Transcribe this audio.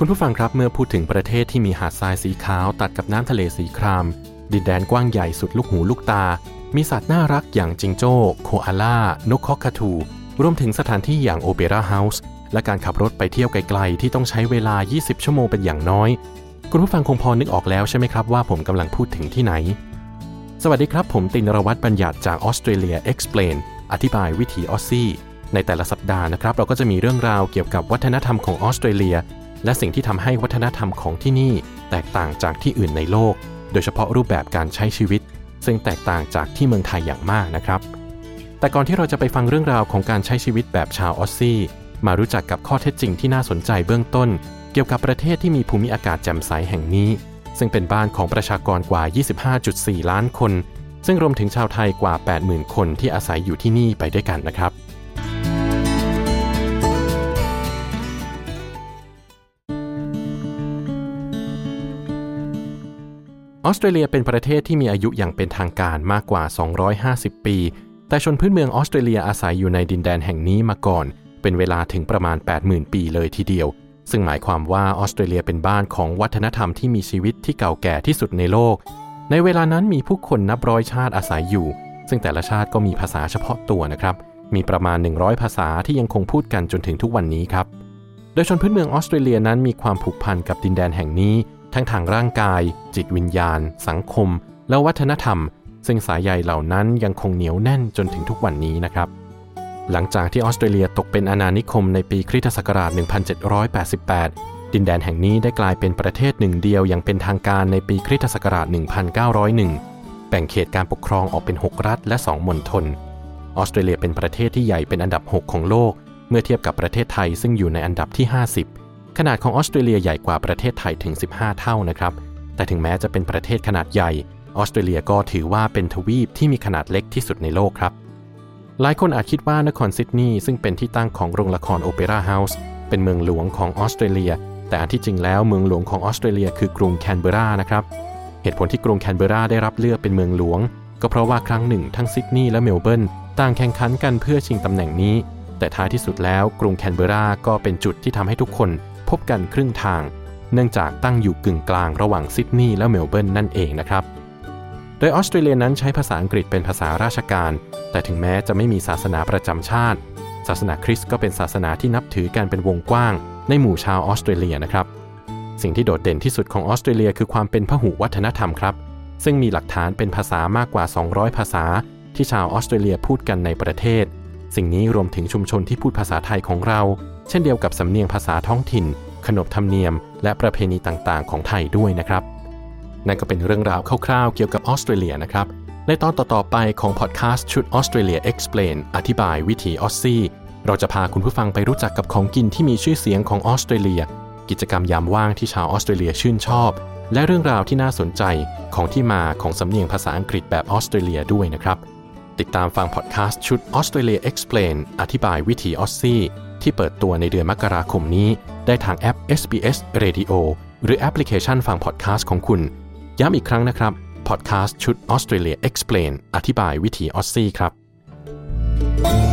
คุณผู้ฟังครับเมื่อพูดถึงประเทศที่มีหาดทรายสีขาวตัดกับน้ำทะเลสีครามดินแดนกว้างใหญ่สุดลูกหูลูกตามีสัตว์น่ารักอย่างจิงโจ้โคอาล่านกคอกคาทูรวมถึงสถานที่อย่างโอเปร่าเฮาส์และการขับรถไปเที่ยวไกลๆที่ต้องใช้เวลา20ชั่วโมงเป็นอย่างน้อยคุณผู้ฟังคงพอนึกออกแล้วใช่ไหมครับว่าผมกำลังพูดถึงที่ไหนสวัสดีครับผมตินรวัตรบัญญัติจาก Australia Explain อธิบายวิถีออสซี่ในแต่ละสัปดาห์นะครับเราก็จะมีเรื่องราวเกี่ยวกับวัฒนธรรมของออสเตรเลียและสิ่งที่ทำให้วัฒนธรรมของที่นี่แตกต่างจากที่อื่นในโลกโดยเฉพาะรูปแบบการใช้ชีวิตซึ่งแตกต่างจากที่เมืองไทยอย่างมากนะครับแต่ก่อนที่เราจะไปฟังเรื่องราวของการใช้ชีวิตแบบชาวออสซี่มารู้จักกับข้อเท็จจริงที่น่าสนใจเบื้องต้นเกี่ยวกับประเทศที่มีภูมิอากาศแจ่มใสแห่งนี้ซึ่งเป็นบ้านของประชากรกว่า 25.4 ล้านคนซึ่งรวมถึงชาวไทยกว่า 80,000 คนที่อาศัยอยู่ที่นี่ไปด้วยกันนะครับออสเตรเลียเป็นประเทศที่มีอายุอย่างเป็นทางการมากกว่า250ปีแต่ชนพื้นเมืองออสเตรเลียอาศัยอยู่ในดินแดนแห่งนี้มาก่อนเป็นเวลาถึงประมาณ 80,000 ปีเลยทีเดียวซึ่งหมายความว่าออสเตรเลียเป็นบ้านของวัฒนธรรมที่มีชีวิตที่เก่าแก่ที่สุดในโลกในเวลานั้นมีผู้คนนับร้อยชาติอาศัยอยู่ซึ่งแต่ละชาติก็มีภาษาเฉพาะตัวนะครับมีประมาณ100ภาษาที่ยังคงพูดกันจนถึงทุกวันนี้ครับโดยชนพื้นเมืองออสเตรเลียนั้นมีความผูกพันกับดินแดนแห่งนี้ทั้งทางร่างกายจิตวิญญาณสังคมและวัฒนธรรมซึ่งสายใยเหล่านั้นยังคงเหนียวแน่นจนถึงทุกวันนี้นะครับหลังจากที่ออสเตรเลียตกเป็นอาณานิคมในปีคริสตศักราช 1788 ดินแดนแห่งนี้ได้กลายเป็นประเทศหนึ่งเดียวอย่างเป็นทางการในปีคริสตศักราช 1901 แบ่งเขตการปกครองออกเป็น6รัฐและ2มณฑลออสเตรเลียเป็นประเทศที่ใหญ่เป็นอันดับ6ของโลกเมื่อเทียบกับประเทศไทยซึ่งอยู่ในอันดับที่50ขนาดของออสเตรเลียใหญ่กว่าประเทศไทยถึง15เท่านะครับแต่ถึงแม้จะเป็นประเทศขนาดใหญ่ออสเตรเลียก็ถือว่าเป็นทวีปที่มีขนาดเล็กที่สุดในโลกครับหลายคนอาจคิดว่านครซิดนีย์ซึ่งเป็นที่ตั้งของโรงละครโอเปร่าเฮาส์เป็นเมืองหลวงของออสเตรเลียแต่อันที่จริงแล้วเมืองหลวงของออสเตรเลียคือกรุงแคนเบอรานะครับเหตุผลที่กรุงแคนเบอราได้รับเลือกเป็นเมืองหลวงก็เพราะว่าครั้งหนึ่งทั้งซิดนีย์และเมลเบิร์นต่างแข่งขันกันเพื่อชิงตำแหน่งนี้แต่ท้ายที่สุดแล้วกรุงแคนเบอราก็เป็นจุดที่ทำให้ทุกคนพบกันครึ่งทางเนื่องจากตั้งอยู่กึ่งกลางระหว่างซิดนีย์และเมลเบิร์นนั่นเองนะครับโดยออสเตรเลียนั้นใช้ภาษาอังกฤษเป็นภาษาราชการแต่ถึงแม้จะไม่มีศาสนาประจำชาติศาสนาคริสต์ก็เป็นศาสนาที่นับถือกันเป็นวงกว้างในหมู่ชาวออสเตรเลียนะครับสิ่งที่โดดเด่นที่สุดของออสเตรเลียคือความเป็นพหุวัฒนธรรมครับซึ่งมีหลักฐานเป็นภาษามากกว่า200ภาษาที่ชาวออสเตรเลียพูดกันในประเทศสิ่งนี้รวมถึงชุมชนที่พูดภาษาไทยของเราเช่นเดียวกับสำเนียงภาษาท้องถิ่นขนบธรรมเนียมและประเพณีต่างๆของไทยด้วยนะครับนั่นก็เป็นเรื่องราวคร่าวๆเกี่ยวกับออสเตรเลียนะครับในตอนต่อๆไปของพอดคาสต์ชุด Australia Explain อธิบายวิถีออสซี่เราจะพาคุณผู้ฟังไปรู้จักกับของกินที่มีชื่อเสียงของออสเตรเลียกิจกรรมยามว่างที่ชาวออสเตรเลียชื่นชอบและเรื่องราวที่น่าสนใจของที่มาของสำเนียงภาษาอังกฤษแบบออสเตรเลียด้วยนะครับติดตามฟังพอดคาสต์ชุด Australia Explain อธิบายวิถีออสซี่ที่เปิดตัวในเดือนมกราคมนี้ได้ทางแอป SBS Radio หรือแอปพลิเคชันฟังพอดคาสต์ของคุณย้ำอีกครั้งนะครับพอดคาสต์ชุด Australia Explain อธิบายวิถีออสซี่ครับ